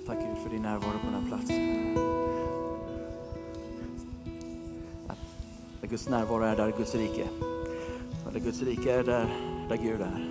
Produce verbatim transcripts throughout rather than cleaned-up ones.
Tack Gud för din närvaro på den här platsen. Att där Guds närvaro är, där Guds rike. Och där Guds rike är, där, där Gud är.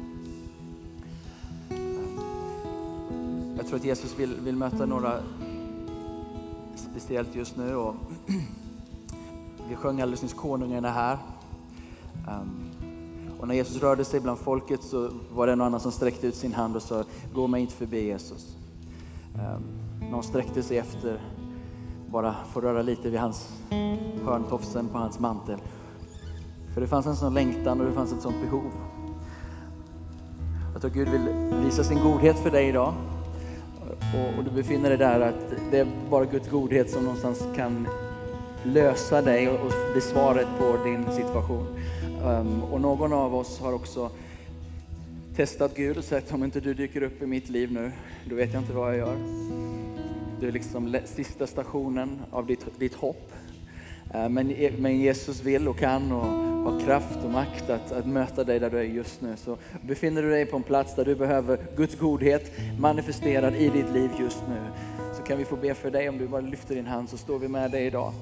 Jag tror att Jesus vill, vill möta några speciellt just nu. Och vi sjöng alldeles nyss konungen är här. Um, och när Jesus rörde sig bland folket så var det någon annan som sträckte ut sin hand och sa: gå mig inte förbi Jesus. Um, någon sträckte sig efter, bara få röra lite vid hans hörntofsen på hans mantel. För det fanns en sån längtan och det fanns ett sånt behov. Jag tror att Gud vill visa sin godhet för dig idag. Och, och du befinner dig där att det är bara Guds godhet som någonstans kan lösa dig och, och bli svaret på din situation. Um, och någon av oss har också testat Gud och sagt: om inte du dyker upp i mitt liv nu, då vet jag inte vad jag gör. Du är liksom sista stationen av ditt, ditt hopp. Uh, men, men Jesus vill och kan och har kraft och makt att, att möta dig där du är just nu. Så befinner du dig på en plats där du behöver Guds godhet manifesterad i ditt liv just nu, så kan vi få be för dig. Om du bara lyfter din hand så står vi med dig idag.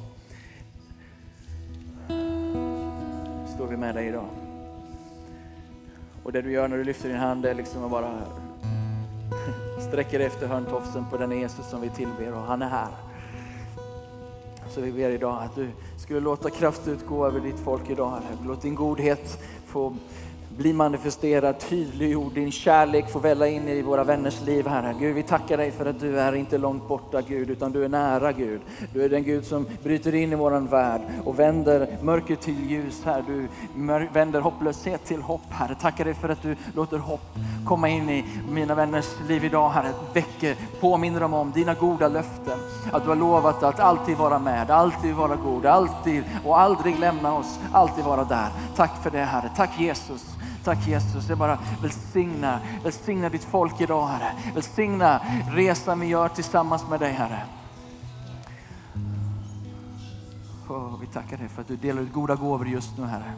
Står vi med dig idag. Och det du gör när du lyfter din hand är liksom att bara sträcker efter hörntofsen på den Jesus som vi tillber, och han är här. Så vi ber idag att du skulle låta kraft utgå över ditt folk idag. Låt din godhet få bli manifesterad, tydliggjord, din kärlek få välla in i våra vänners liv, Herre. Gud, vi tackar dig för att du är inte långt borta, Gud, utan du är nära, Gud. Du är den Gud som bryter in i våran värld och vänder mörker till ljus, Herre. Du vänder hopplöshet till hopp, Herre. Tackar dig för att du låter hopp komma in i mina vänners liv idag, Herre. Väcker, påminner dem om dina goda löften. Att du har lovat att alltid vara med, alltid vara god, alltid och aldrig lämna oss, alltid vara där. Tack för det, Herre. Tack Jesus. Tack Jesus, jag bara välsigna, välsigna ditt folk idag, Herre. Välsigna resan vi gör tillsammans med dig, Herre. Oh, vi tackar dig för att du delar ut goda gåvor just nu, Herre.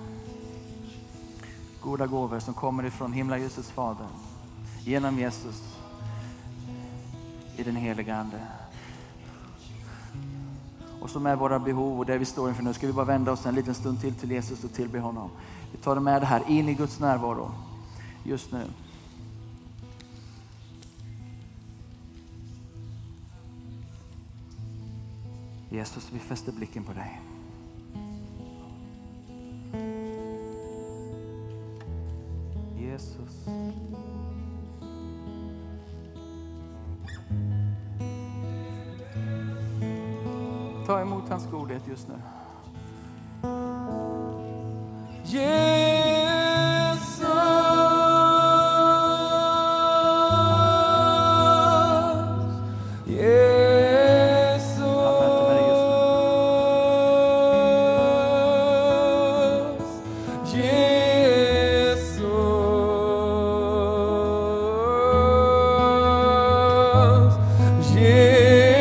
Goda gåvor som kommer ifrån himla ljusets fader. Genom Jesus. I den heliga ande. Och som är våra behov och det vi står inför nu, ska vi bara vända oss en liten stund till till Jesus och tillbe honom. Vi tar med det här in i Guds närvaro just nu. Jesus, vi fäster blicken på dig. Jesus. Ta emot hans godhet just nu. Jesus, Jesus, Jesus, Jesus.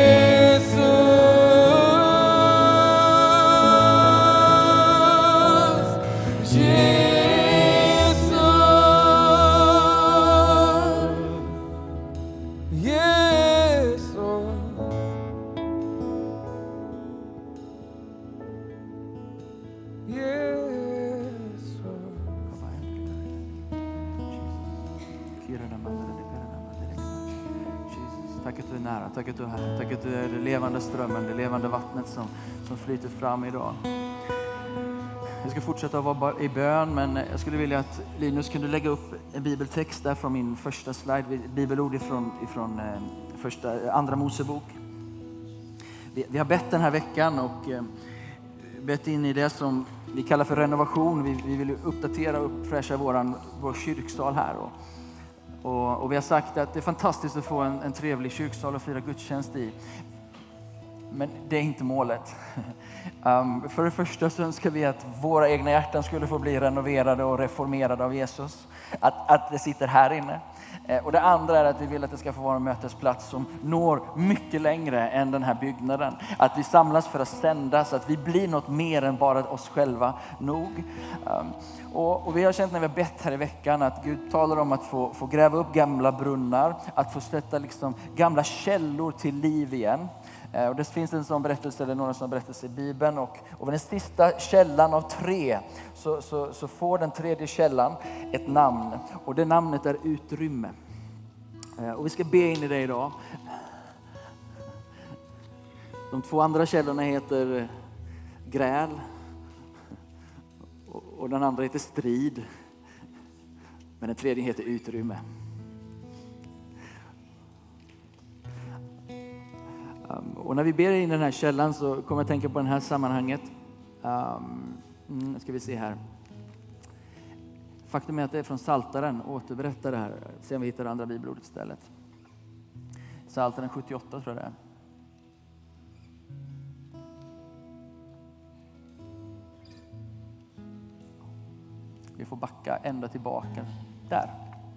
Tack att du är nära, tack att du är här. Tack att du är det levande strömmen, det levande vattnet som, som flyter fram idag. Jag ska fortsätta att vara i bön, men jag skulle vilja att Linus kunde lägga upp en bibeltext där från min första slide. Bibelord ifrån, ifrån eh, första, andra Mosebok. Vi, vi har bett den här veckan och eh, bett in i det som vi kallar för renovation. Vi, vi vill uppdatera och uppfräscha våran, vår kyrksal här. Och, och, och vi har sagt att det är fantastiskt att få en, en trevlig kyrksal och fira gudstjänst i. Men det är inte målet. Um, för det första så önskar vi att våra egna hjärtan skulle få bli renoverade och reformerade av Jesus. Att, att det sitter här inne. Och det andra är att vi vill att det ska få vara en mötesplats som når mycket längre än den här byggnaden. Att vi samlas för att sända så att vi blir något mer än bara oss själva nog. Och, och vi har känt när vi har bett här i veckan att Gud talar om att få, få gräva upp gamla brunnar. Att få stötta liksom gamla källor till liv igen. Och det finns en sån berättelse, eller några sån berättelse i Bibeln. Och, och den sista källan av tre så, så, så får den tredje källan ett namn. Och det namnet är utrymme. Och vi ska be in i det idag. De två andra källorna heter gräl. Och, och den andra heter strid. Men den tredje heter utrymme. Um, och när vi ber in i den här källan så kommer jag tänka på det här sammanhanget. Um, ska vi se här. Faktum är att det är från Psaltaren. Återberättar det här. Se om vi hittar andra bibelord istället. Psaltaren sjuttioåtta tror jag det är. Vi får backa ända tillbaka. Där.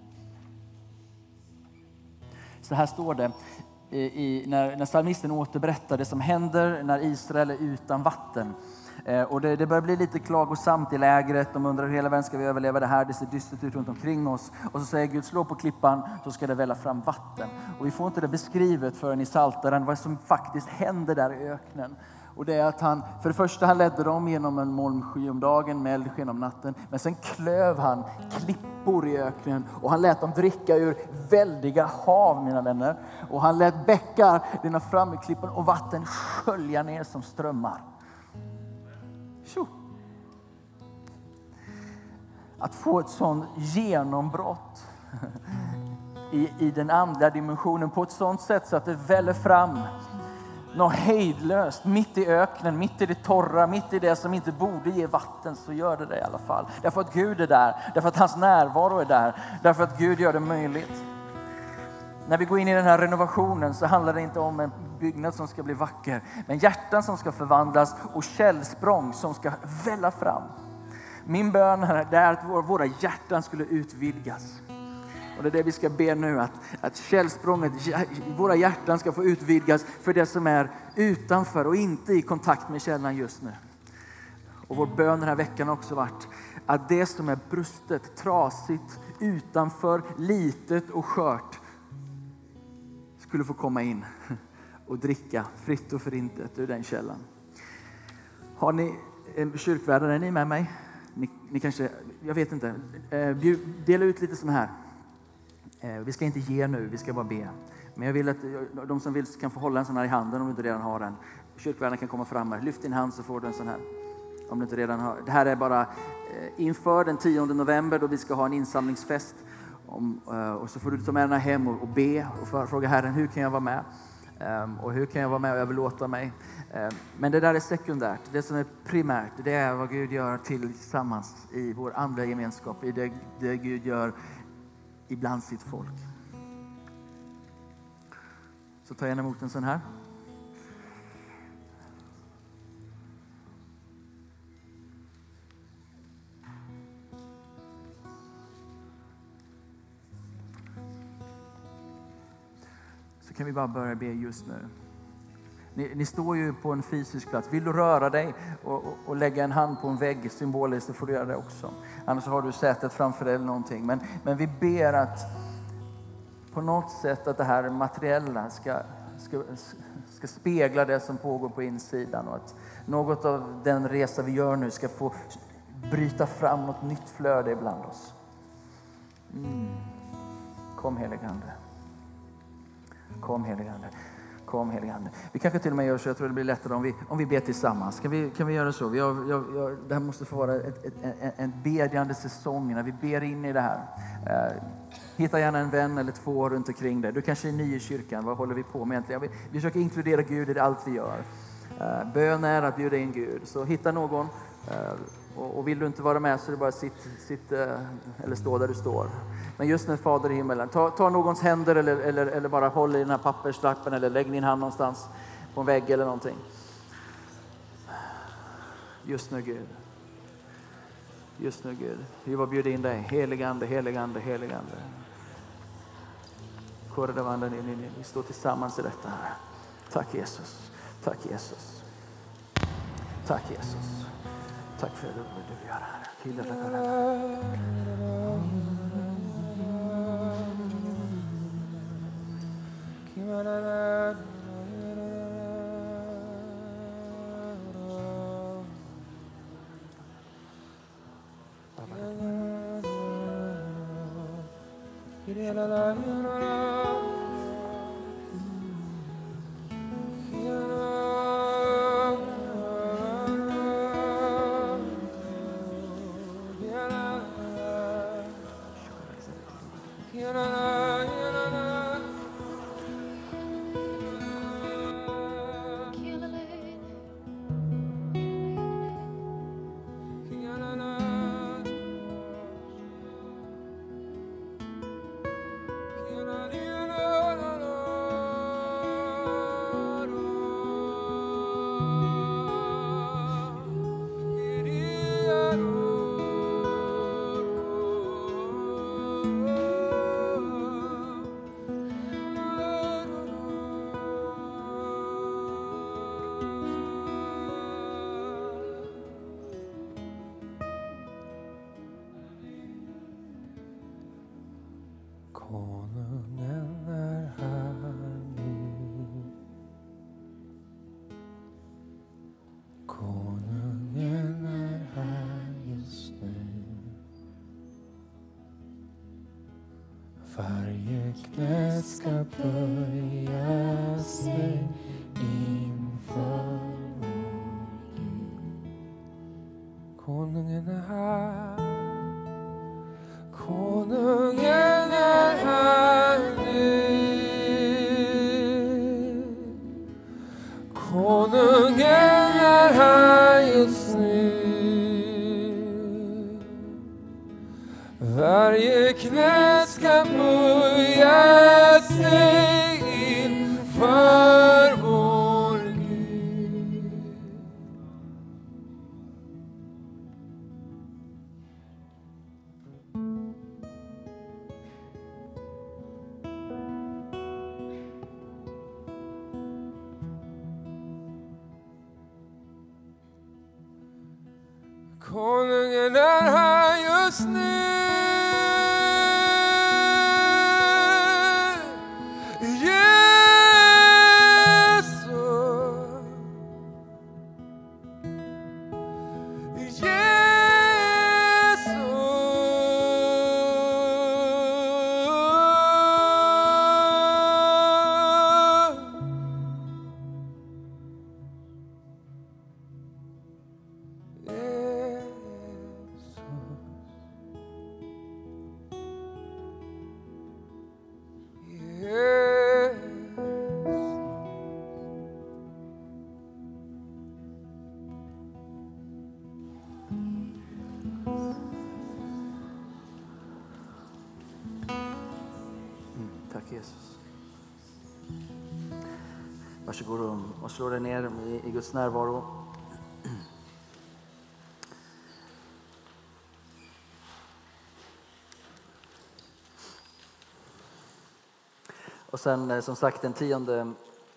Så här står det. I, i, när, när psalmisten återberättar det som händer när Israel är utan vatten. Eh, och det, det börjar bli lite klagosamt i lägret. De undrar hur hela världen ska vi överleva det här. Det ser dystert ut runt omkring oss. Och så säger Gud, slå på klippan så ska det välla fram vatten. Och vi får inte det beskrivet förrän i Psaltaren vad som faktiskt händer där i öknen. Och det är att han, för det första han ledde dem genom en molnsky om dagen med eldsken om natten. Men sen klöv han klippor i öknen och han lät dem dricka ur väldiga hav, mina vänner. Och han lät bäckar rinna fram i klippan och vatten skölja ner som strömmar. Tjo. Att få ett sånt genombrott i, i den andliga dimensionen på ett sånt sätt så att det väller fram något hejdlöst, mitt i öknen, mitt i det torra, mitt i det som inte borde ge vatten, så gör det det i alla fall. Därför att Gud är där, därför att hans närvaro är där, därför att Gud gör det möjligt. När vi går in i den här renovationen så handlar det inte om en byggnad som ska bli vacker, men hjärtan som ska förvandlas och källsprång som ska välla fram. Min bön är att våra hjärtan skulle utvidgas. Och det är det vi ska be nu, att, att källsprånget, våra hjärtan ska få utvidgas för det som är utanför och inte i kontakt med källan just nu. Och vår bön den här veckan har också varit att det som är brustet, trasigt, utanför, litet och skört skulle få komma in och dricka fritt och förintet ur den källan. Har ni kyrkvärdar, är ni med mig? Ni, ni kanske, jag vet inte, dela ut lite sån här. Vi ska inte ge nu, vi ska bara be. Men jag vill att de som vill kan få hålla en sån här i handen om du inte redan har den. Kyrkvärden kan komma fram här. Lyft din hand så får du en sån här. Om du inte redan har. Det här är bara inför den tionde november då vi ska ha en insamlingsfest. Och så får du ta med den här hem och be och fråga Herren, hur kan jag vara med? Och hur kan jag vara med och överlåta mig? Men det där är sekundärt. Det som är primärt, det är vad Gud gör tillsammans i vår andra gemenskap. I det, det Gud gör ibland sitt folk. Så ta gärna emot en sån här. Så kan vi bara börja be just nu. Ni, ni står ju på en fysisk plats. Vill du röra dig och, och, och lägga en hand på en vägg symboliskt, så får du göra det också. Annars har du sätet framför dig eller någonting. Men, men vi ber att på något sätt att det här materiella ska, ska, ska spegla det som pågår på insidan. Och att något av den resa vi gör nu ska få bryta fram något nytt flöde ibland oss. Mm. Kom helige Ande. Kom helige Ande. Kom helige Ande. Vi kanske till och med gör så, jag tror det blir lättare om vi, om vi ber tillsammans. Kan vi, kan vi göra så? Vi har, jag, jag, det här måste få vara ett, ett, en, en bedjande säsong när vi ber in i det här. Eh, hitta gärna en vän eller två runt omkring dig. Du kanske är ny i kyrkan. Vad håller vi på med egentligen? Vi, vi försöker inkludera Gud i allt vi gör. Eh, bön är att bjuda in Gud. Så hitta någon. Eh, och, och vill du inte vara med så är det bara sitt, sitt eh, eller stå där du står. Men just nu, Fader i himmelen, ta, ta någons händer eller, eller, eller bara håll i den här papperslappen eller lägg din hand någonstans på en vägg eller någonting. Just nu, Gud. Just nu, Gud. Vi bara bjuder in dig. Helig Ande, helig Ande, helig Ande. Vi står tillsammans i detta här. Tack Jesus. Tack Jesus. Tack Jesus. Tack för det du gör här. Konungen är här nu. Konungen är här just nu. Varje knä ska böja sig inför vår Gud. Konungen är här. Konungen är här nu. Konungen är här just nu. Varje knä ska böja sig inför vår Gud. Konungen är här just nu. Jesus. Varsågod och slå dig ner i Guds närvaro. Och sen som sagt den tionde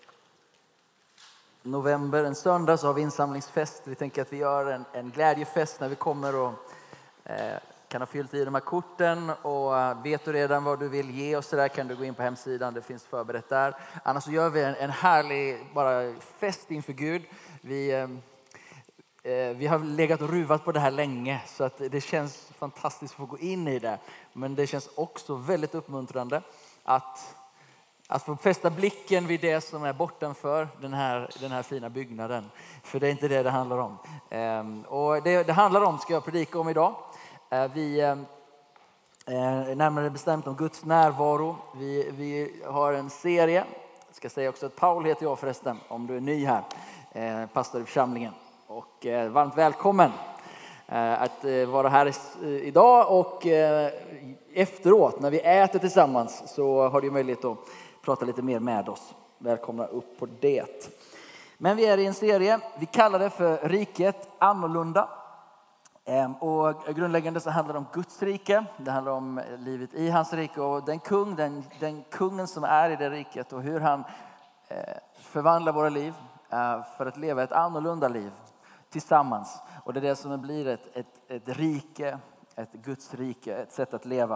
november, en söndag, så har vi insamlingsfest. Vi tänker att vi gör en, en glädjefest när vi kommer och eh, kan ha fyllt i de här korten. Och vet du redan vad du vill ge och så där, kan du gå in på hemsidan, det finns förberett där. Annars så gör vi en, en härlig bara fest inför Gud. Vi, eh, vi har legat och ruvat på det här länge, så att det känns fantastiskt att få gå in i det. Men det känns också väldigt uppmuntrande att Att få fästa blicken vid det som är bortanför den här, den här fina byggnaden. För det är inte det det handlar om. Ehm, och det, det handlar om, ska jag predika om idag. Ehm, vi eh, närmare bestämt om Guds närvaro. Vi, vi har en serie. Jag ska säga också att Paul heter jag förresten, om du är ny här. Eh, pastor i församlingen. Och eh, varmt välkommen eh, att eh, vara här i, idag. Och eh, efteråt, när vi äter tillsammans, så har du möjlighet att prata lite mer med oss. Välkomna upp på det. Men vi är i en serie, vi kallar det för Riket annorlunda. Och grundläggande så handlar det om Guds rike. Det handlar om livet i hans rike och den kung, den, den kungen som är i det riket och hur han förvandlar våra liv för att leva ett annorlunda liv tillsammans. Och det är det som blir ett, ett, ett rike, ett Guds rike, ett sätt att leva.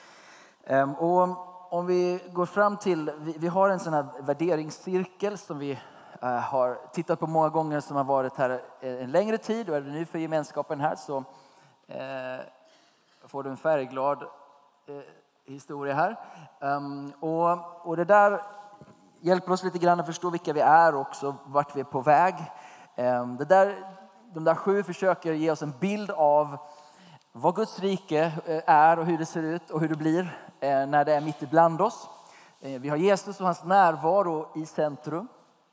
Och om vi går fram till, vi, vi har en sån här värderingscirkel som vi uh, har tittat på många gånger, som har varit här en längre tid, och är det nu för gemenskapen här så uh, får du en färgglad uh, historia här. Um, och, och det där hjälper oss lite grann att förstå vilka vi är och också vart vi är på väg. Um, det där, de där sju försöker ge oss en bild av vad Guds rike är och hur det ser ut och hur det blir när det är mitt ibland oss. Vi har Jesus och hans närvaro i centrum.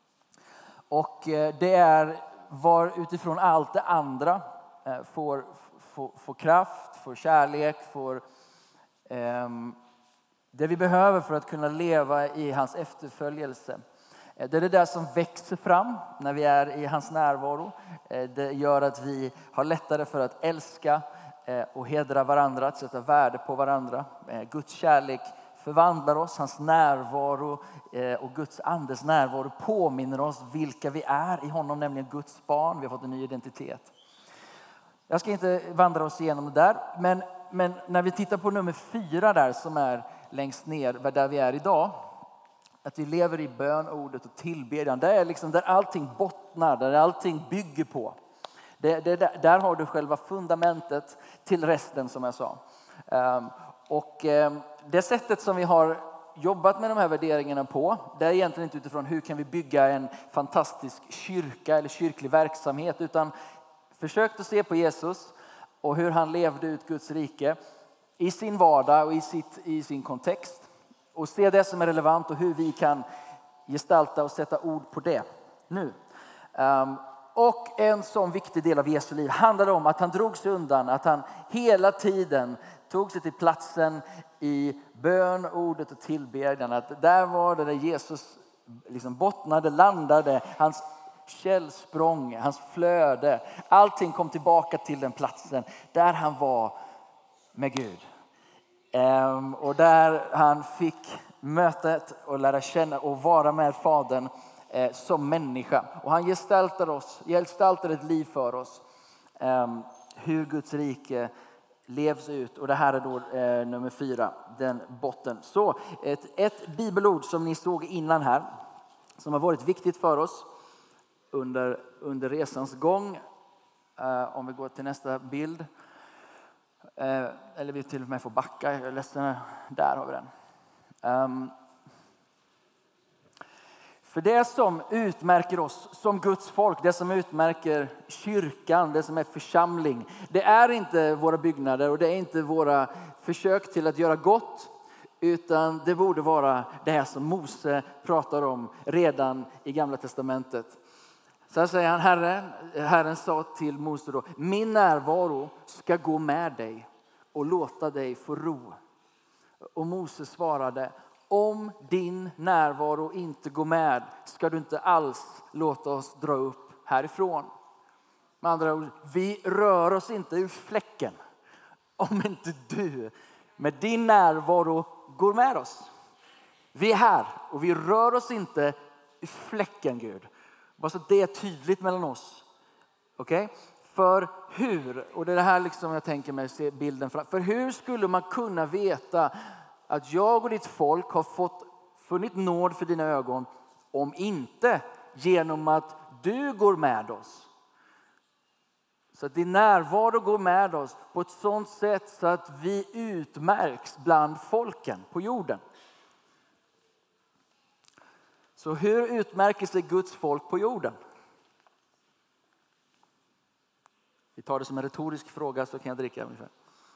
Och det är var utifrån allt det andra får, får, får kraft, får kärlek, får um, det vi behöver för att kunna leva i hans efterföljelse. Det är det där som växer fram när vi är i hans närvaro. Det gör att vi har lättare för att älska och hedra varandra, att sätta värde på varandra. Guds kärlek förvandlar oss, hans närvaro och Guds andes närvaro påminner oss vilka vi är i honom, nämligen Guds barn. Vi har fått en ny identitet. Jag ska inte vandra oss igenom det där, men, men när vi tittar på nummer fyra där som är längst ner där vi är idag, att vi lever i bön, ordet och tillbedjan, det är liksom där allting bottnar, där allting bygger på. Det, det, där har du själva fundamentet till resten, som jag sa. Um, och um, det sättet som vi har jobbat med de här värderingarna på, det är egentligen inte utifrån hur kan vi bygga en fantastisk kyrka eller kyrklig verksamhet, utan försökt att se på Jesus och hur han levde ut Guds rike i sin vardag och i, sitt, i sin kontext. Och se det som är relevant och hur vi kan gestalta och sätta ord på det nu. Um, Och en sån viktig del av Jesu liv handlade om att han drog sig undan. Att han hela tiden tog sig till platsen i bön, ordet och tillbedjan. Att där var det där Jesus liksom bottnade, landade. Hans källsprång, hans flöde. Allting kom tillbaka till den platsen där han var med Gud. Um, och där han fick mötet och lära känna och vara med Fadern eh, som människa. Och han gestaltar oss, gestaltar ett liv för oss. Um, hur Guds rike levs ut. Och det här är då eh, nummer fyra, den botten. Så ett, ett bibelord som ni såg innan här, som har varit viktigt för oss under, under resans gång. Uh, om vi går till nästa bild. Uh, eller vi till och med får backa. Jag är ledsen. Där har vi den. Um, för det som utmärker oss som Guds folk, det som utmärker kyrkan, det som är församling, det är inte våra byggnader och det är inte våra försök till att göra gott, utan det borde vara det här som Mose pratar om redan i Gamla testamentet. Så här säger han, Herren, Herren sa till Mose då: min närvaro ska gå med dig och låta dig få ro. Och Mose svarade: om din närvaro inte går med ska du inte alls låta oss dra upp härifrån. Med andra ord, vi rör oss inte ur fläcken om inte du med din närvaro går med oss. Vi är här och vi rör oss inte ur fläcken, Gud. Bara så det är tydligt mellan oss. Okej? Okay? För hur, och det är det här liksom jag tänker mig se bilden fram. För hur skulle man kunna veta att jag och ditt folk har fått funnit nåd för dina ögon, om inte genom att du går med oss? Så att din närvaro går med oss på ett sådant sätt så att vi utmärks bland folken på jorden. Så hur utmärker sig Guds folk på jorden? Vi tar det som en retorisk fråga så kan jag dricka ungefär.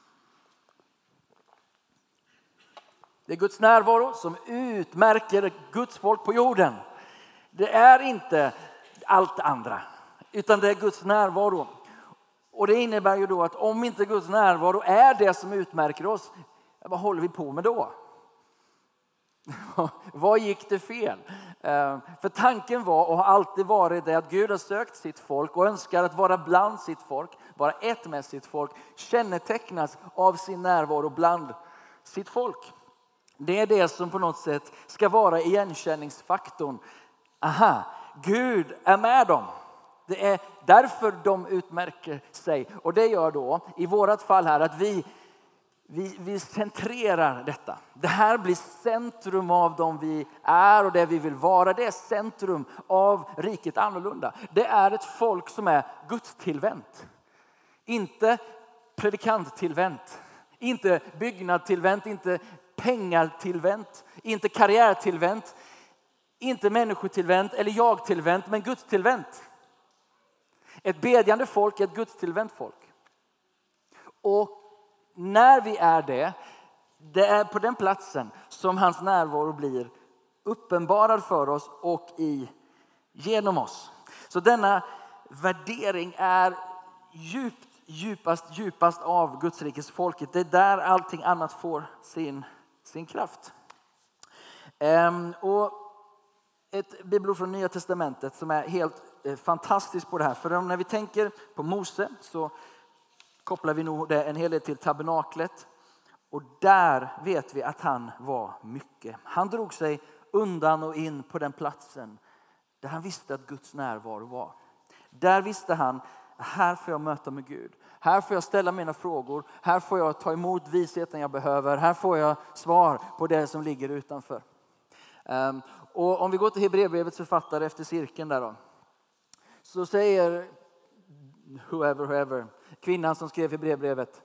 Det är Guds närvaro som utmärker Guds folk på jorden. Det är inte allt andra, utan det är Guds närvaro. Och det innebär ju då att om inte Guds närvaro är det som utmärker oss, vad håller vi på med då? Vad gick det fel? För tanken var och har alltid varit det att Gud har sökt sitt folk och önskar att vara bland sitt folk, vara ett med sitt folk, kännetecknas av sin närvaro bland sitt folk. Det är det som på något sätt ska vara igenkänningsfaktorn. Aha, Gud är med dem. Det är därför de utmärker sig. Och det gör då i vårat fall här att vi, vi, vi centrerar detta. Det här blir centrum av dem vi är och det vi vill vara. Det är centrum av riket annorlunda. Det är ett folk som är gudstillvänt. Inte predikanttillvänt. Inte byggnadtillvänt, inte pengartillvänt, inte karriärtillvänt, inte människotillvänt eller jag-tillvänt, men gudstillvänt. Ett bedjande folk är ett gudstillvänt folk. Och när vi är det, det är på den platsen som hans närvaro blir uppenbarad för oss och i genom oss. Så denna värdering är djupt, djupast, djupast av Guds rikes folket. Det är där allting annat får sin, sin kraft. Ehm, och ett bibelord från Nya testamentet som är helt eh, fantastiskt på det här. För när vi tänker på Mose så kopplar vi nog det en hel del till tabernaklet. Och där vet vi att han var mycket. Han drog sig undan och in på den platsen där han visste att Guds närvaro var. Där visste han, här får jag möta med Gud. Här får jag ställa mina frågor. Här får jag ta emot visheten jag behöver. Här får jag svar på det som ligger utanför. Um, och om vi går till Hebreerbrevets författare efter cirkeln där då. Så säger whoever, whoever, kvinnan som skrev Hebreerbrevet.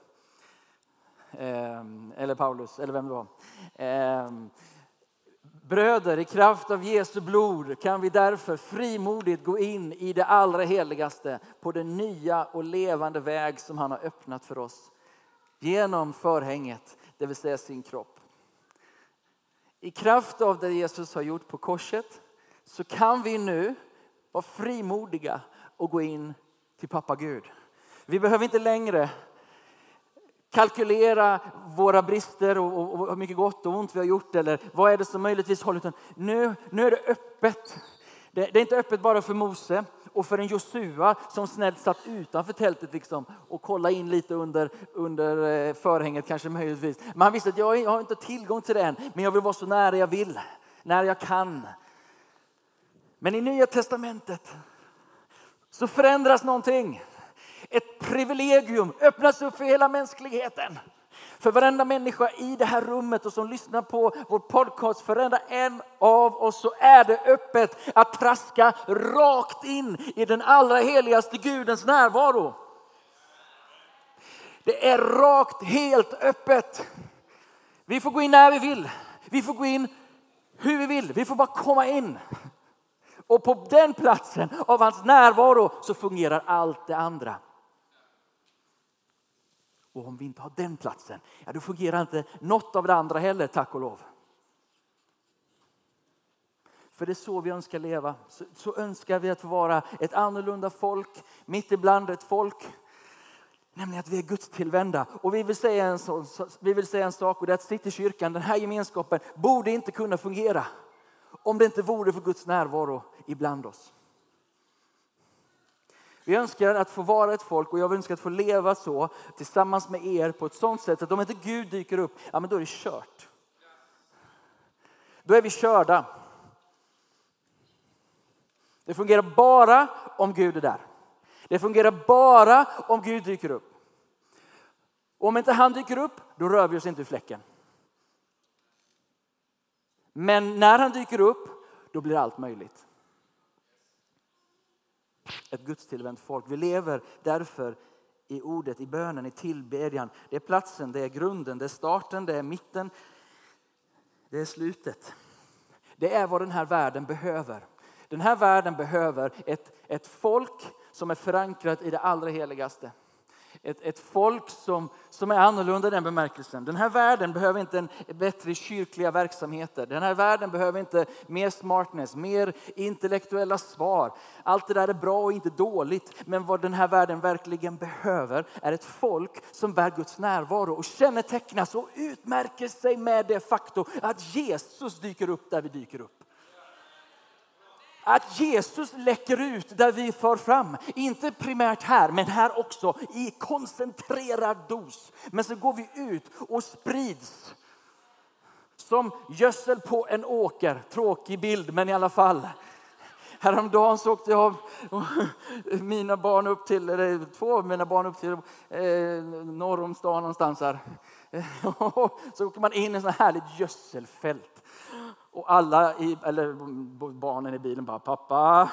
Um, eller Paulus, eller vem det var. Um, Bröder, i kraft av Jesu blod kan vi därför frimodigt gå in i det allra heligaste på den nya och levande väg som han har öppnat för oss. Genom förhänget, det vill säga sin kropp. I kraft av det Jesus har gjort på korset så kan vi nu vara frimodiga och gå in till pappa Gud. Vi behöver inte längre kalkylera våra brister och, och, och hur mycket gott och ont vi har gjort. Eller vad är det som möjligtvis håller. Utan nu, nu är det öppet. Det, det är inte öppet bara för Mose och för en Josua som snällt satt utanför tältet liksom, och kollade in lite under, under förhänget kanske möjligtvis. Men han visste att jag, jag har inte tillgång till det än. Men jag vill vara så nära jag vill. När jag kan. Men i Nya testamentet så förändras någonting. Ett privilegium öppnas upp för hela mänskligheten. För varenda människa i det här rummet och som lyssnar på vår podcast, för varenda en av oss så är det öppet att traska rakt in i den allra heligaste Gudens närvaro. Det är rakt, helt öppet. Vi får gå in när vi vill. Vi får gå in hur vi vill. Vi får bara komma in. Och på den platsen av hans närvaro så fungerar allt det andra. Och om vi inte har den platsen, ja då fungerar inte något av det andra heller, tack och lov. För det är så vi önskar leva. Så, så önskar vi att vara ett annorlunda folk, mitt ibland ett folk. Nämligen att vi är Guds tillvända. Och vi vill säga en, så, vi vill säga en sak, och det är att Citykyrkan, den här gemenskapen, borde inte kunna fungera om det inte vore för Guds närvaro ibland oss. Vi önskar att få vara ett folk, och jag önskar att få leva så tillsammans med er på ett sådant sätt att om inte Gud dyker upp, ja men då är det kört. Då är vi körda. Det fungerar bara om Gud är där. Det fungerar bara om Gud dyker upp. Och om inte han dyker upp, då rör vi oss inte ur fläcken. Men när han dyker upp, då blir allt möjligt. Ett gudstillvänt folk. Vi lever därför i ordet, i bönen, i tillbedjan. Det är platsen, det är grunden, det är starten, det är mitten. Det är slutet. Det är vad den här världen behöver. Den här världen behöver ett, ett folk som är förankrat i det allra heligaste. Ett, ett folk som, som är annorlunda i den bemärkelsen. Den här världen behöver inte en bättre kyrkliga verksamheter. Den här världen behöver inte mer smartness, mer intellektuella svar. Allt det där är bra och inte dåligt. Men vad den här världen verkligen behöver är ett folk som bär Guds närvaro och kännetecknas och utmärker sig med det faktum att Jesus dyker upp där vi dyker upp. Att Jesus läcker ut där vi för fram. Inte primärt här, men här också. I koncentrerad dos. Men så går vi ut och sprids. Som gödsel på en åker. Tråkig bild, men i alla fall. Häromdagen så åkte jag mina barn upp till, eller två av mina barn upp till eh, norr om stan någonstans här. Så åker man in i en sån här härligt gödselfält. Och alla, i, eller barnen i bilen bara, pappa.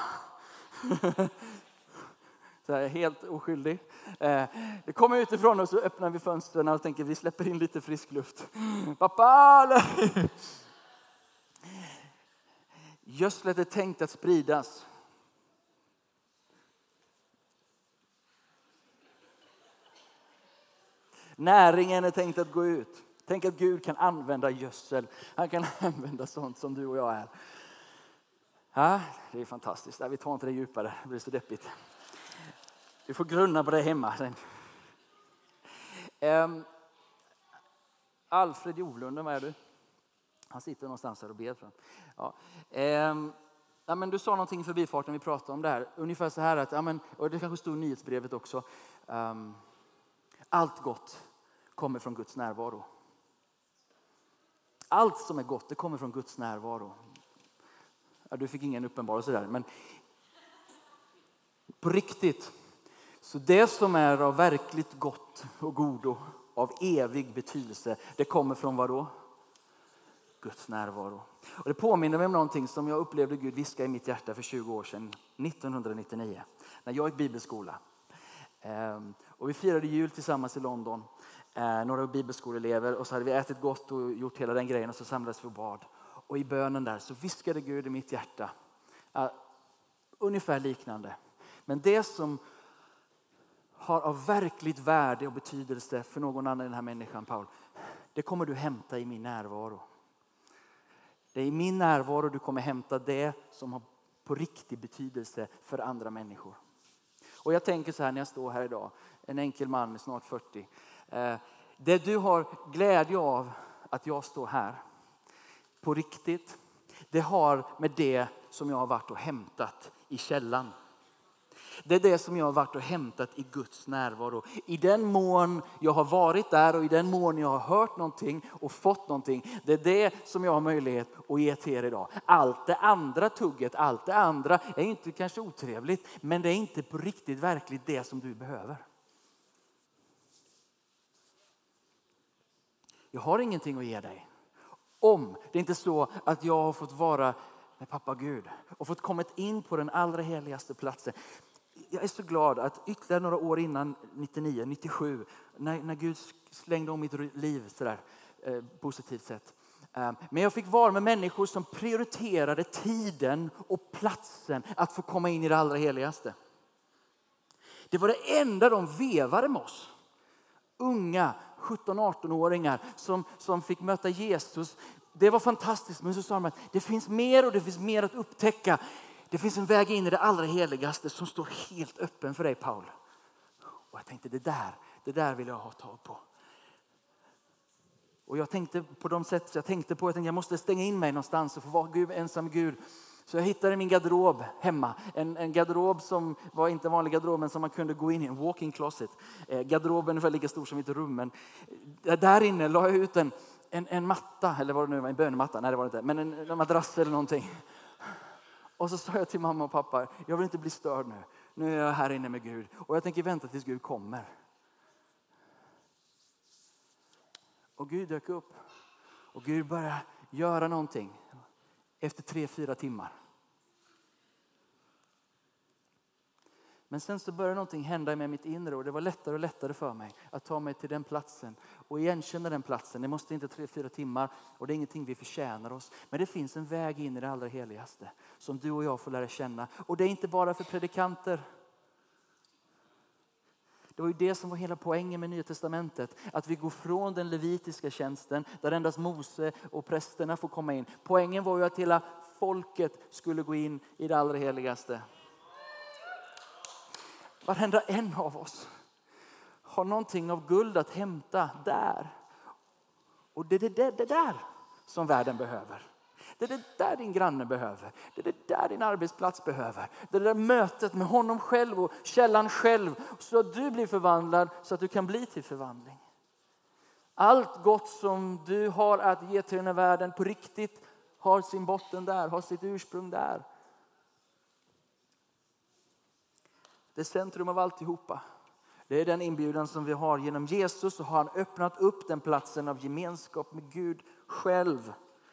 Så här, helt oskyldig. Eh, det kommer utifrån och så öppnar vi fönstren och tänker vi släpper in lite frisk luft. Pappa! Gödslet är tänkt att spridas. Näringen är tänkt att gå ut. Tänk att Gud kan använda gödsel. Han kan använda sånt som du och jag är. Ja, det är fantastiskt. Vi tar inte det djupare. Det blir så deppigt. Du får grunna på det hemma sen. Um, Alfred Jolund, vad är du? Han sitter någonstans här och ber för. Ja. Um, ja, men du sa någonting i förbifarten vi pratade om det här. Ungefär så här att, ja, men, och det kanske stod i nyhetsbrevet också. Um, allt gott kommer från Guds närvaro. Allt som är gott, det kommer från Guds närvaro. Ja, du fick ingen uppenbarelse där, men på riktigt. Så det som är av verkligt gott och godo, av evig betydelse, det kommer från vad då? Guds närvaro. Och det påminner mig om någonting som jag upplevde Gud viska i mitt hjärta för tjugo år sedan, nittonhundranittionio. När jag gick bibelskola. Och vi firade jul tillsammans i London. Några bibelskoleelever. Och så hade vi ätit gott och gjort hela den grejen. Och så samlades vi och bad. Och i bönen där så viskade Gud i mitt hjärta. Uh, ungefär liknande. Men det som har av verkligt värde och betydelse för någon annan än den här människan, Paul. Det kommer du hämta i min närvaro. Det är i min närvaro du kommer hämta det som har på riktig betydelse för andra människor. Och jag tänker så här när jag står här idag. En enkel man, snart fyrtio. Uh, det du har glädje av att jag står här. På riktigt. Det har med det som jag har varit och hämtat i källan. Det är det som jag har varit och hämtat i Guds närvaro. I den mån jag har varit där och i den mån jag har hört någonting och fått någonting. Det är det som jag har möjlighet att ge till er idag. Allt det andra tugget, allt det andra är inte kanske otrevligt. Men det är inte på riktigt verkligt det som du behöver. Jag har ingenting att ge dig. Om det är inte så att jag har fått vara med pappa Gud och fått kommit in på den allra heligaste platsen. Jag är så glad att ytterligare några år innan nittionio, nittiosju, när, när Gud slängde om mitt liv sådär eh, positivt sätt. Eh, men jag fick vara med människor som prioriterade tiden och platsen att få komma in i det allra heligaste. Det var det enda de vevade med oss. Unga sjutton-arton-åringar som, som fick möta Jesus. Det var fantastiskt, men så sa de att det finns mer och det finns mer att upptäcka. Det finns en väg in i det allra heligaste som står helt öppen för dig, Paul. Och jag tänkte, det där, det där vill jag ha tag på. Och jag tänkte på de sätt jag tänkte på. Jag tänkte, jag måste stänga in mig någonstans och få vara Gud, ensam Gud. Så jag hittade min garderob hemma. En, en garderob som var inte en vanlig garderob, men som man kunde gå in i. En walk-in closet. Eh, garderoben är ungefär lika stor som ett rum. Men där inne la jag ut en, en, en matta. Eller vad det nu var, en bönematta. Nej, det var det inte. Men en, en madrass eller någonting. Och så sa jag till mamma och pappa, jag vill inte bli störd nu. Nu är jag här inne med Gud. Och jag tänker vänta tills Gud kommer. Och Gud dök upp. Och Gud började göra någonting. Efter tre, fyra timmar. Men sen så började någonting hända med mitt inre. Och det var lättare och lättare för mig att ta mig till den platsen. Och igenkänna den platsen. Det måste inte tre, fyra timmar. Och det är ingenting vi förtjänar oss. Men det finns en väg in i det allra heligaste. Som du och jag får lära känna. Och det är inte bara för predikanter. Det var ju det som var hela poängen med Nya Testamentet. Att vi går från den levitiska tjänsten. Där endast Mose och prästerna får komma in. Poängen var ju att hela folket skulle gå in i det allra heligaste. Varenda en av oss har någonting av guld att hämta där. Och det är det, det, det där som världen behöver. Det är det där din granne behöver. Det är det där din arbetsplats behöver. Det är det där mötet med honom själv och källan själv. Så att du blir förvandlad så att du kan bli till förvandling. Allt gott som du har att ge till den här världen på riktigt har sin botten där, har sitt ursprung där. Det är centrum av alltihopa. Det är den inbjudan som vi har genom Jesus, så har han öppnat upp den platsen av gemenskap med Gud själv.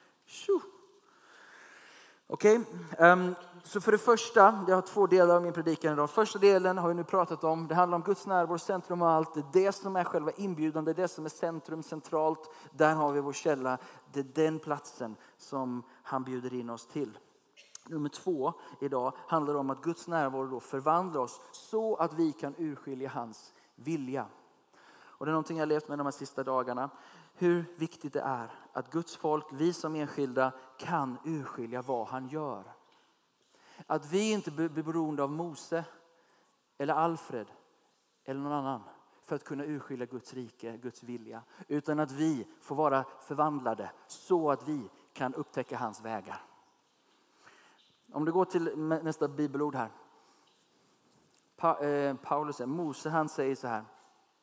Okej, okay. um, så för det första, jag har två delar av min predikan idag. Första delen har vi nu pratat om. Det handlar om Guds närvaro, centrum och allt. Det är det som är själva inbjudan, det är det som är centrum, centralt. Där har vi vår källa. Det är den platsen som han bjuder in oss till. Nummer två idag handlar om att Guds närvaro då förvandlar oss så att vi kan urskilja hans vilja. Och det är någonting jag har levt med de här sista dagarna. Hur viktigt det är att Guds folk, vi som enskilda, kan urskilja vad han gör. Att vi inte blir beroende av Mose eller Alfred eller någon annan för att kunna urskilja Guds rike, Guds vilja. Utan att vi får vara förvandlade så att vi kan upptäcka hans vägar. Om du går till nästa bibelord här. Pa, eh, Paulus, Mose, han säger så här.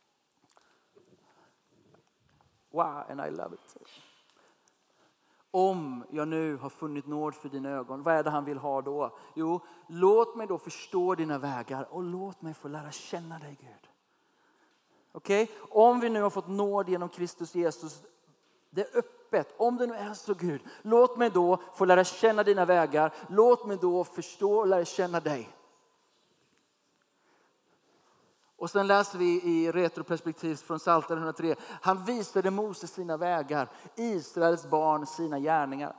Wow, and I love it. Om jag nu har funnit nåd för dina ögon, vad är det han vill ha då? Jo, låt mig då förstå dina vägar och låt mig få lära känna dig, Gud. Okej, okay? Om vi nu har fått nåd genom Kristus Jesus, det är öppet. Om det nu är så, Gud, låt mig då få lära känna dina vägar. Låt mig då förstå och lära känna dig. Och sen läser vi i retroperspektiv från Psaltaren hundratre. Han visade Moses sina vägar, Israels barn sina gärningar.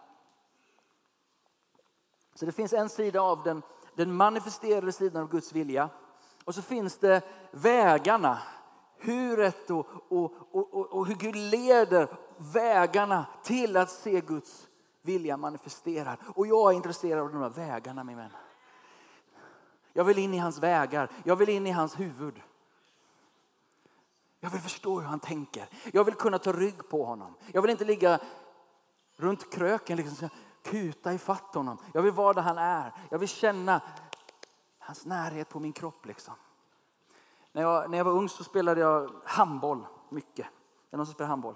Så det finns en sida av den, den manifesterade sidan av Guds vilja. Och så finns det vägarna, huret och, och, och, och, och hur Gud leder vägarna till att se Guds vilja manifesterad. Och jag är intresserad av de här vägarna, min vän. Jag vill in i hans vägar. Jag vill in i hans huvud. Jag vill förstå hur han tänker. Jag vill kunna ta rygg på honom. Jag vill inte ligga runt kröken liksom, kuta i fatt honom. Jag vill vara där han är. Jag vill känna hans närhet på min kropp liksom. När jag, när jag var ung så spelade jag handboll mycket. Är det någon som spelar handboll?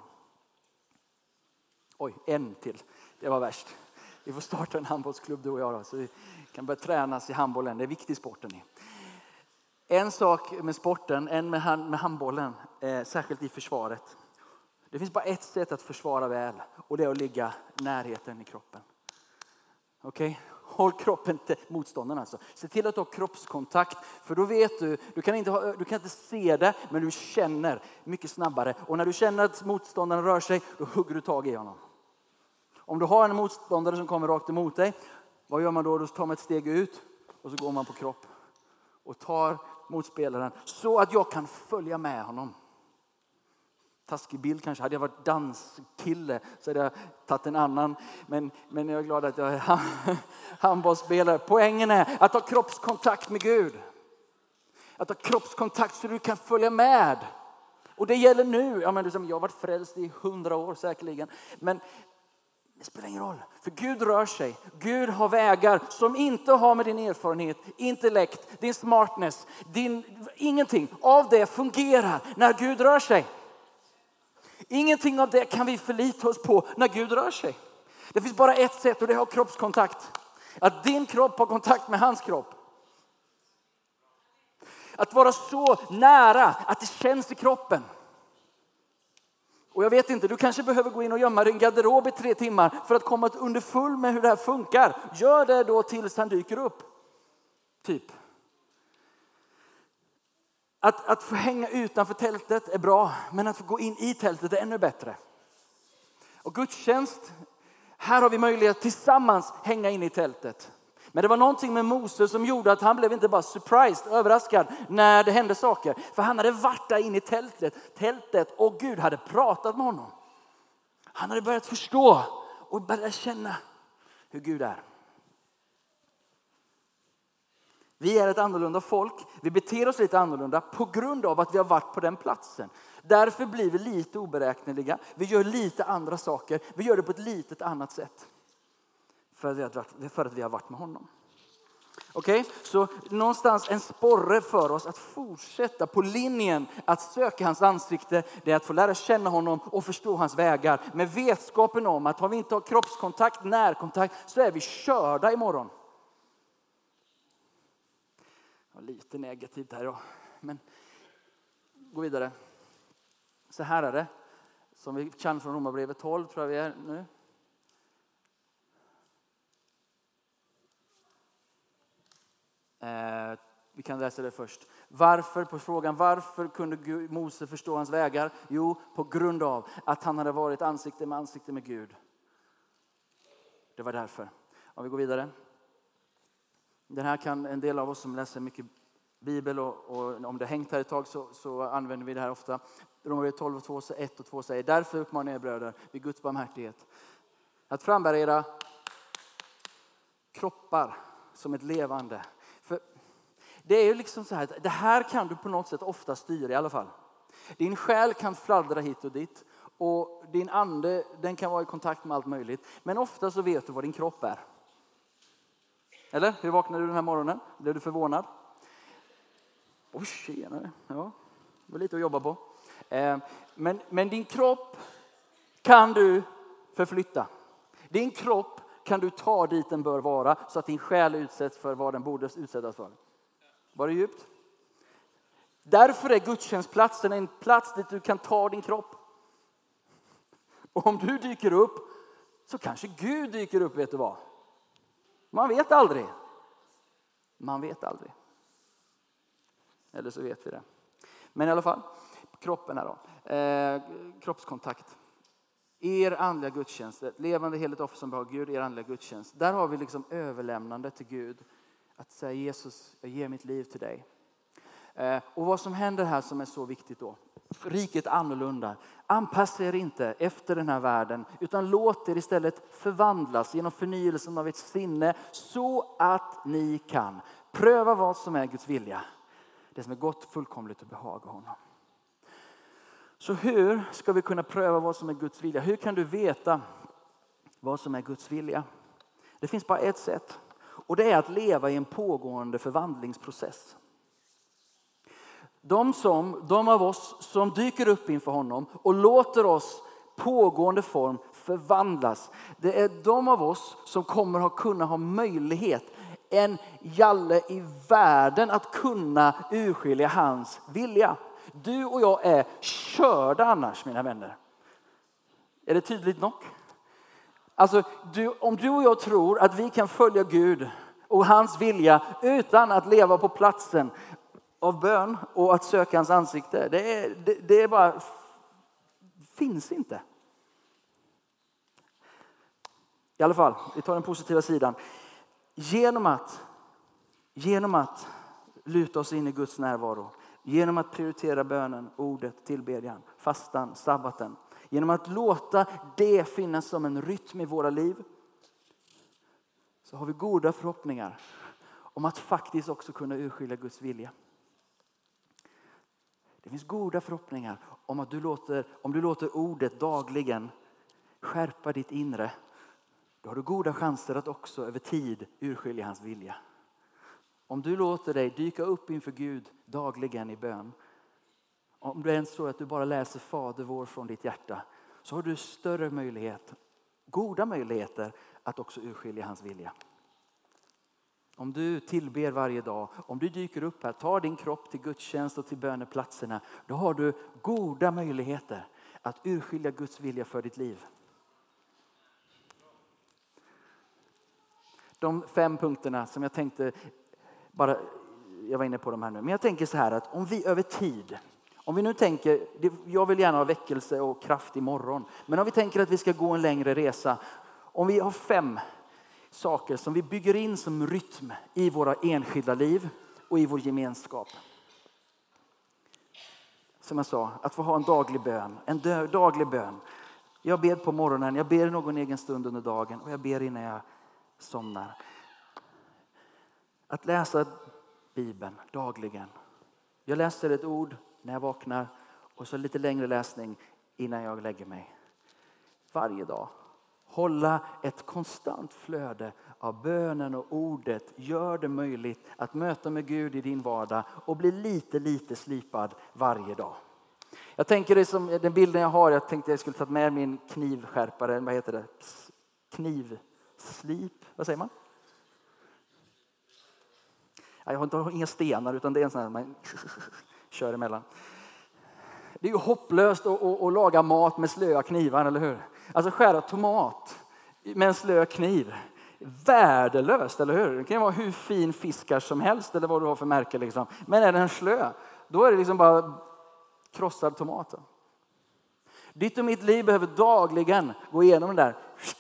Oj, en till. Det var värst. Vi får starta en handbollsklubb du och jag då, så vi kan börja tränas i handbollen. Det är viktig sporten. En sak med sporten, en med, hand, med handbollen, eh, särskilt i försvaret. Det finns bara ett sätt att försvara väl, och det är att ligga närheten i kroppen. Okej? Okay? Håll kroppen till motståndaren alltså. Se till att ha kroppskontakt, för då vet du, du kan, inte ha, du kan inte se det, men du känner mycket snabbare. Och när du känner att motståndaren rör sig, då hugger du tag i honom. Om du har en motståndare som kommer rakt emot dig, vad gör man då? Då tar man ett steg ut och så går man på kropp. Och tar motspelaren så att jag kan följa med honom. Taskig bild kanske. Hade jag varit danskille så hade jag tagit en annan. Men, men jag är glad att jag är handbollsspelare. Poängen är att ha kroppskontakt med Gud. Att ha kroppskontakt så du kan följa med. Och det gäller nu. Ja, men jag har varit frälst i hundra år säkerligen. Men det spelar ingen roll. För Gud rör sig. Gud har vägar som inte har med din erfarenhet, intellekt, din smartness, din, ingenting av det fungerar när Gud rör sig. Ingenting av det kan vi förlita oss på när Gud rör sig. Det finns bara ett sätt, och det har kroppskontakt. Att din kropp har kontakt med hans kropp. Att vara så nära att det känns i kroppen. Och jag vet inte, du kanske behöver gå in och gömma din garderob i tre timmar för att komma underfull med hur det här funkar. Gör det då tills han dyker upp. Typ. Att, att få hänga utanför tältet är bra, men att få gå in i tältet är ännu bättre. Och gudstjänst, här har vi möjlighet att tillsammans hänga in i tältet. Men det var någonting med Moses som gjorde att han blev inte bara surprised, överraskad när det hände saker. För han hade varit där inne i tältet, tältet och Gud hade pratat med honom. Han hade börjat förstå och börjat känna hur Gud är. Vi är ett annorlunda folk. Vi beter oss lite annorlunda på grund av att vi har varit på den platsen. Därför blir vi lite oberäkneliga. Vi gör lite andra saker. Vi gör det på ett litet annat sätt. För att vi har varit, för att vi har varit med honom. Okej, okay? Så någonstans en sporre för oss att fortsätta på linjen att söka hans ansikte. Det är att få lära känna honom och förstå hans vägar. Med vetskapen om att om vi inte har kroppskontakt, närkontakt, så är vi körda imorgon. Ja, lite negativt här då, men gå vidare. Så här är det, som vi kan från Romarbrevet tolv tror jag vi är nu. Eh, vi kan läsa det först. Varför, på frågan varför kunde Gud, Mose förstå hans vägar? Jo, på grund av att han hade varit ansikte med ansikte med Gud. Det var därför. Om vi går vidare. Den här kan en del av oss som läser mycket Bibel och, och om det hängt här ett tag så, så använder vi det här ofta. Romarbrevet tolv, två, ett och två säger: därför uppmanar jag bröder vid Guds barmhärtighet att frambära era kroppar som ett levande. För det är ju liksom så här, det här kan du på något sätt ofta styra i alla fall. Din själ kan fladdra hit och dit och din ande, den kan vara i kontakt med allt möjligt. Men ofta så vet du vad din kropp är. Eller? Hur vaknade du den här morgonen? Blev du förvånad? Oj, tjenare. Ja, det var lite att jobba på. Eh, men, men din kropp kan du förflytta. Din kropp kan du ta dit den bör vara så att din själ utsätts för vad den borde utsättas för. Var det djupt? Därför är gudstjänstplatsen en plats dit du kan ta din kropp. Och om du dyker upp så kanske Gud dyker upp, vet du vad? Man vet aldrig. Man vet aldrig. Eller så vet vi det. Men i alla fall, kroppen här då. Eh, kroppskontakt. Er andliga gudstjänst, levande heligt offer som behag Gud, er andliga gudstjänst. Där har vi liksom överlämnande till Gud. Att säga: Jesus, jag ger mitt liv till dig. Eh, och vad som händer här som är så viktigt då. Riket annorlunda. Anpassa er inte efter den här världen. Utan låt er istället förvandlas genom förnyelsen av ert sinne. Så att ni kan pröva vad som är Guds vilja. Det som är gott, fullkomligt och behaga honom. Så hur ska vi kunna pröva vad som är Guds vilja? Hur kan du veta vad som är Guds vilja? Det finns bara ett sätt. Och det är att leva i en pågående förvandlingsprocess. De, som, de av oss som dyker upp inför honom och låter oss pågående form förvandlas. Det är de av oss som kommer att kunna ha möjlighet, en jalle i världen, att kunna urskilja hans vilja. Du och jag är körda annars, mina vänner. Är det tydligt nog? Alltså, du, om du och jag tror att vi kan följa Gud och hans vilja utan att leva på platsen av bön och att söka hans ansikte. Det är, det, det är bara, finns inte. I alla fall, vi tar den positiva sidan. Genom att, genom att luta oss in i Guds närvaro. Genom att prioritera bönen, ordet, tillbedjan, fastan, sabbaten. Genom att låta det finnas som en rytm i våra liv. Så har vi goda förhoppningar om att faktiskt också kunna urskilja Guds vilja. Det finns goda förhoppningar om att du låter, om du låter ordet dagligen skärpa ditt inre. Då har du goda chanser att också över tid urskilja hans vilja. Om du låter dig dyka upp inför Gud dagligen i bön. Om det är så att du bara läser Fader vår från ditt hjärta. Så har du större möjlighet, goda möjligheter att också urskilja hans vilja. Om du tillber varje dag, om du dyker upp här, tar din kropp till gudstjänst och till böneplatserna. Då har du goda möjligheter att urskilja Guds vilja för ditt liv. De fem punkterna som jag tänkte, bara, jag var inne på de här nu. Men jag tänker så här att om vi över tid, om vi nu tänker, jag vill gärna ha väckelse och kraft imorgon. Men om vi tänker att vi ska gå en längre resa. Om vi har fem saker som vi bygger in som rytm i våra enskilda liv och i vår gemenskap. Som jag sa, att få ha en daglig bön. En daglig bön. Jag ber på morgonen, jag ber någon egen stund under dagen och jag ber innan jag somnar. Att läsa Bibeln dagligen. Jag läser ett ord när jag vaknar och så lite längre läsning innan jag lägger mig. Varje dag. hålla ett konstant flöde av bönen och ordet gör det möjligt att möta med Gud i din vardag och bli lite, lite slipad varje dag. Jag tänker det som den bilden jag har, jag tänkte jag skulle ta med min knivskärpare, vad heter det? Knivslip, vad säger man? Jag har inte inga stenar utan det är en sån här man kör emellan. Det är ju hopplöst att, att, att laga mat med slöa knivar, eller hur? Alltså skära tomat med en slö kniv. Värdelöst, eller hur? Det kan vara hur fin fiskar som helst eller vad du har för märke liksom. Men är den slö, då är det liksom bara krossad tomat. Ditt och mitt liv behöver dagligen gå igenom det där.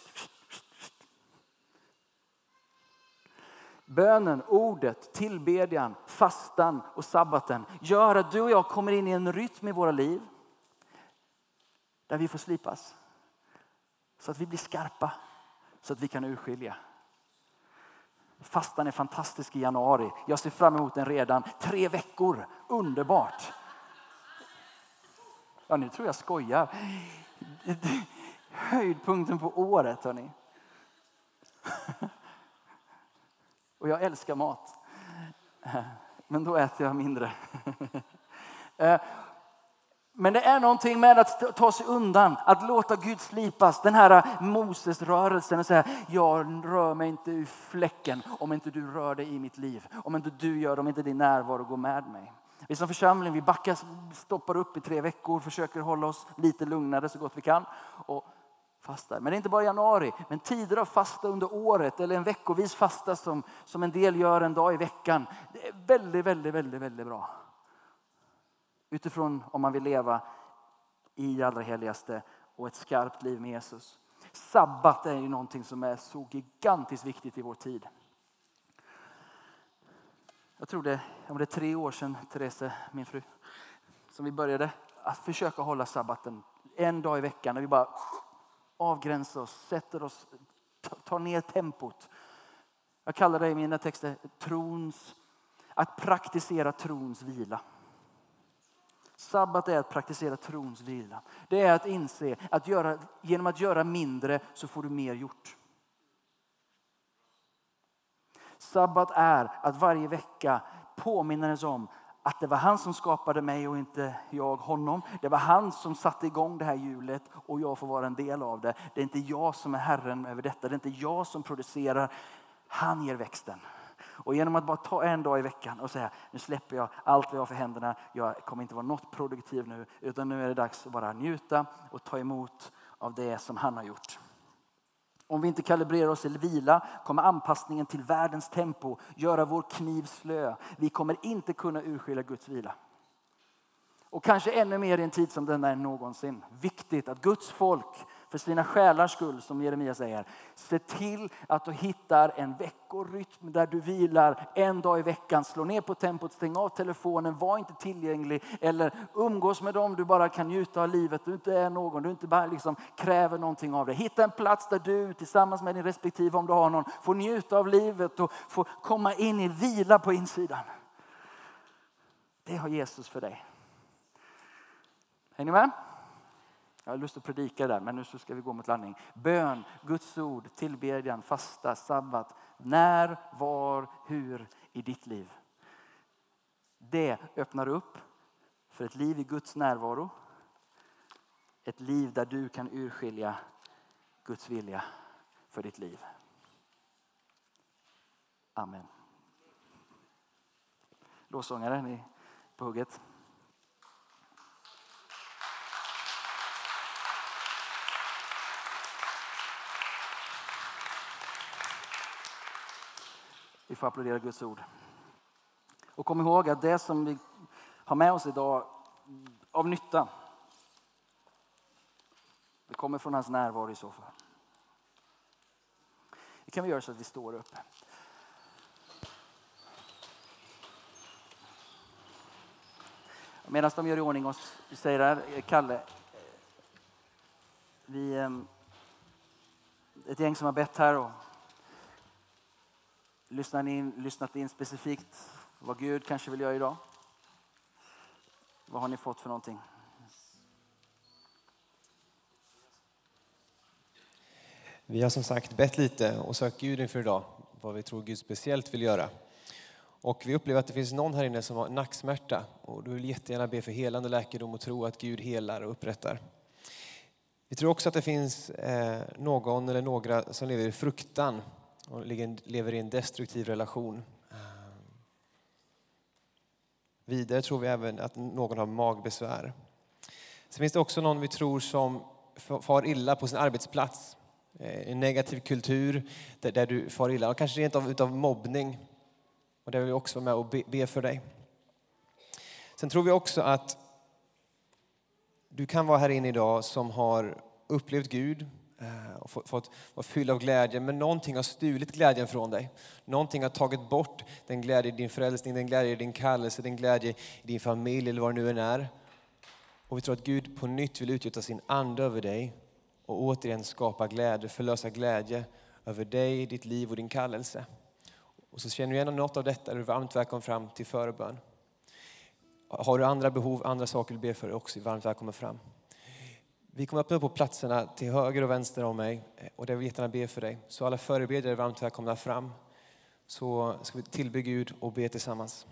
Bönen, ordet, tillbedjan, fastan och sabbaten gör att du och jag kommer in i en rytm i våra liv där vi får slipas. Så att vi blir skarpa, så att vi kan urskilja. Fastan är fantastisk i januari. Jag ser fram emot den redan. Tre veckor, underbart. Ja, nu tror jag skojar. Höjdpunkten på året, hörni. Och jag älskar mat. Men då äter jag mindre. Men det är någonting med att ta sig undan. Att låta Gud slipas. Den här Moses-rörelsen. Och säga, jag rör mig inte ur fläcken om inte du rör dig i mitt liv. Om inte du gör det, om inte din närvaro går med mig. Vi som församling, vi backar, stoppar upp i tre veckor. Försöker hålla oss lite lugnare så gott vi kan. Och fastar. Men det är inte bara januari. Men tider av fasta under året. Eller en veckovis fasta som, som en del gör en dag i veckan. Det är väldigt, väldigt, väldigt, väldigt bra. Utifrån om man vill leva i allra heligaste och ett skarpt liv med Jesus. Sabbat är ju någonting som är så gigantiskt viktigt i vår tid. Jag tror det, om det är tre år sedan, Therese, min fru, som vi började att försöka hålla sabbaten en dag i veckan. När vi bara avgränsar oss, sätter oss, tar ner tempot. Jag kallar det i mina texter trons, att praktisera trons vila. Sabbat är att praktisera trons vila. Det är att inse att göra, genom att göra mindre så får du mer gjort. Sabbat är att varje vecka påminner sig om att det var han som skapade mig och inte jag honom. Det var han som satte igång det här hjulet och jag får vara en del av det. Det är inte jag som är herren över detta. Det är inte jag som producerar. Han ger växten. Och genom att bara ta en dag i veckan och säga, nu släpper jag allt vad jag har för händerna. Jag kommer inte vara något produktiv nu, utan nu är det dags att bara njuta och ta emot av det som han har gjort. Om vi inte kalibrerar oss eller vila kommer anpassningen till världens tempo göra vår kniv slö. Vi kommer inte kunna urskilja Guds vila. Och kanske ännu mer i en tid som denna än någonsin. Viktigt att Guds folk för sina själars skull, som Jeremia säger, se till att du hittar en veckorytm där du vilar en dag i veckan. Slå ner på tempot, stäng av telefonen, var inte tillgänglig eller umgås med dem du bara kan njuta av livet. Du inte är någon, du inte bara liksom kräver någonting av dig. Hitta en plats där du tillsammans med din respektive, om du har någon, får njuta av livet och får komma in i vila på insidan. Det har Jesus för dig. Är ni med? Jag har lust att predika där, men nu så ska vi gå mot landning. Bön, Guds ord, tillbedjan, fasta, sabbat. När, var, hur i ditt liv. Det öppnar upp för ett liv i Guds närvaro. Ett liv där du kan urskilja Guds vilja för ditt liv. Amen. Lovsångare, ni på hugget. Vi får applådera Guds ord. Och kom ihåg att det som vi har med oss idag av nytta, det kommer från hans närvaro i så fall. Det kan vi göra så att vi står upp. Medan de gör i ordning oss, vi säger där, Kalle, vi ett gäng som har bett här och lyssnat in, lyssnat in specifikt vad Gud kanske vill göra idag. Vad har ni fått för någonting? Vi har som sagt bett lite och sökt Gud inför idag, vad vi tror Gud speciellt vill göra. Och vi upplever att det finns någon här inne som har nacksmärta, och du vill jättegärna be för helande läkedom och tro att Gud helar och upprättar. Vi tror också att det finns eh, någon eller några som lever i fruktan och lever i en destruktiv relation. Vidare tror vi även att någon har magbesvär. Sen finns det också någon vi tror som far illa på sin arbetsplats. En negativ kultur där, där du far illa, och kanske rent av utav mobbning. Och där vill vi också vara med och be, be för dig. Sen tror vi också att du kan vara här inne idag som har upplevt Gud och fått, fått vara fylld av glädje, men någonting har stulit glädjen från dig. Någonting har tagit bort den glädje i din frälsning, den glädje i din kallelse, den glädje i din familj eller vad det nu än är. Och vi tror att Gud på nytt vill utgjuta sin ande över dig och återigen skapa glädje, förlösa glädje över dig, ditt liv och din kallelse. Och så känner du igen något av detta, är du varmt välkommen fram till förebön. Har du andra behov, andra saker du ber för, också varmt välkommen fram. Vi kommer öppna upp på platserna till höger och vänster om mig, och där vill jag gärna be för dig. Så alla förebedjare är varmt välkomna fram. Så ska vi tillbe Gud och be tillsammans.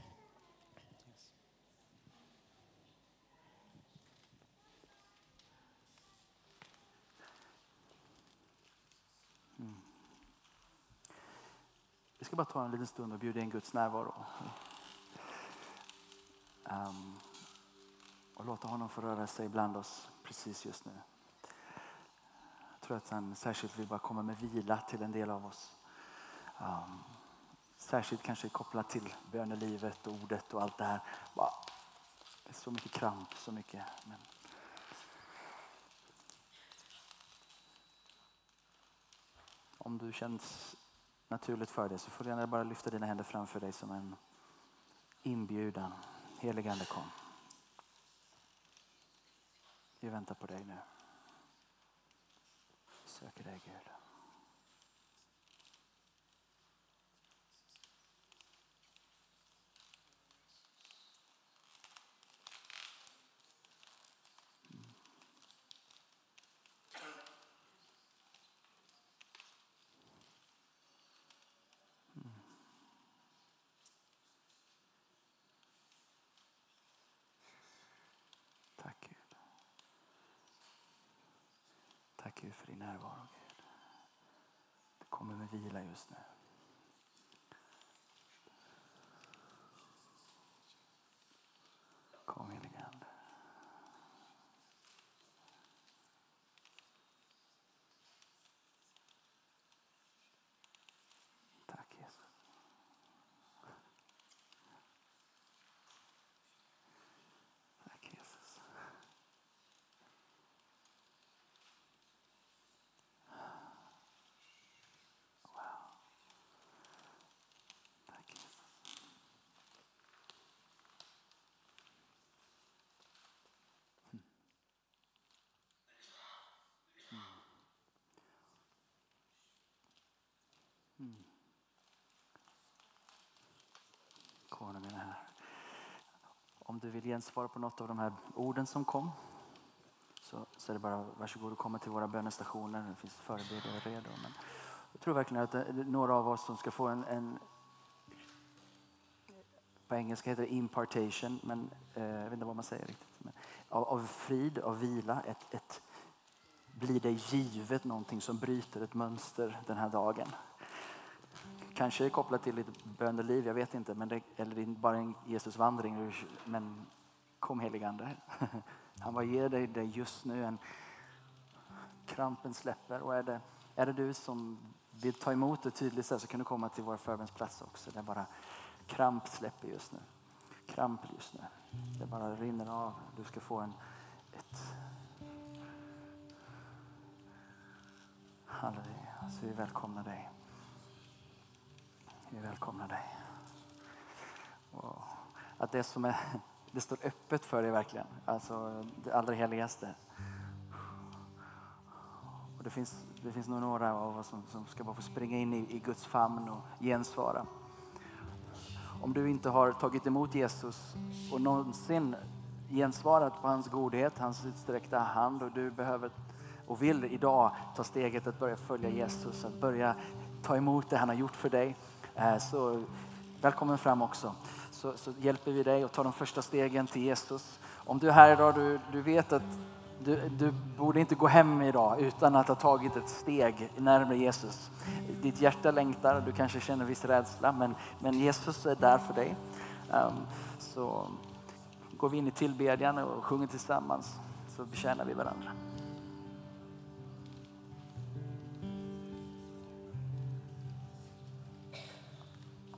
Mm. Vi ska bara ta en liten stund och bjuda in Guds närvaro. Um, och låta honom få röra sig bland oss precis just nu. Jag tror att han särskilt vill bara komma med vila till en del av oss. Um, särskilt kanske kopplat till bönelivet och ordet och allt det här. Bara, det är så mycket kramp, så mycket. Men... Om du känns naturligt för dig så får du gärna bara lyfta dina händer framför dig som en inbjudan. Helige Ande, kom. Vi väntar på dig nu. Vi söker dig, Gud. Mm. Mm. Tack, Gud. Tack Gud för din närvaro, Gud. Du kommer med vila just nu. Kom, helige Ande. Tack Jesus. Tack Jesus. Mm. Konungen är här. Om du vill gensvara på något av de här orden som kom, så, så är det bara varsågod och komma till våra bönestationer. Det finns förebedjare redo. Men jag tror verkligen att det är några av oss som ska få en, en på engelska heter det impartation, men eh, jag vet inte vad man säger riktigt. Men, av, av frid, av vila, ett, ett blir det givet någonting som bryter ett mönster den här dagen. Kanske kopplat till ditt böneliv, jag vet inte, men det, eller det är bara en Jesusvandring. Men kom helige Ande. Han bara ger dig det just nu. En krampen släpper. Och är det, är det du som vill ta emot det tydligt så kan du komma till vår förbönsplats också. Det är bara kramp släpper just nu. Kramp just nu. Det bara rinner av. Du ska få en ett halleluja. Så vi välkomnar dig. Vi välkomnar dig. Och att det som är, det står öppet för dig verkligen. Alltså det allra heligaste. Och det finns, det finns nog några av oss som, som ska bara få springa in i, i Guds famn och gensvara. Om du inte har tagit emot Jesus och någonsin gensvarat på hans godhet, hans utsträckta hand, och du behöver och vill idag ta steget att börja följa Jesus, att börja ta emot det han har gjort för dig, så välkommen fram också. Så, så hjälper vi dig att ta de första stegen till Jesus. Om du är här idag, du, du vet att du, du borde inte gå hem idag utan att ha tagit ett steg närmare Jesus. Ditt hjärta längtar, du kanske känner viss rädsla, men, men Jesus är där för dig. Um, så går vi in i tillbedjan och sjunger tillsammans, så betjänar vi varandra.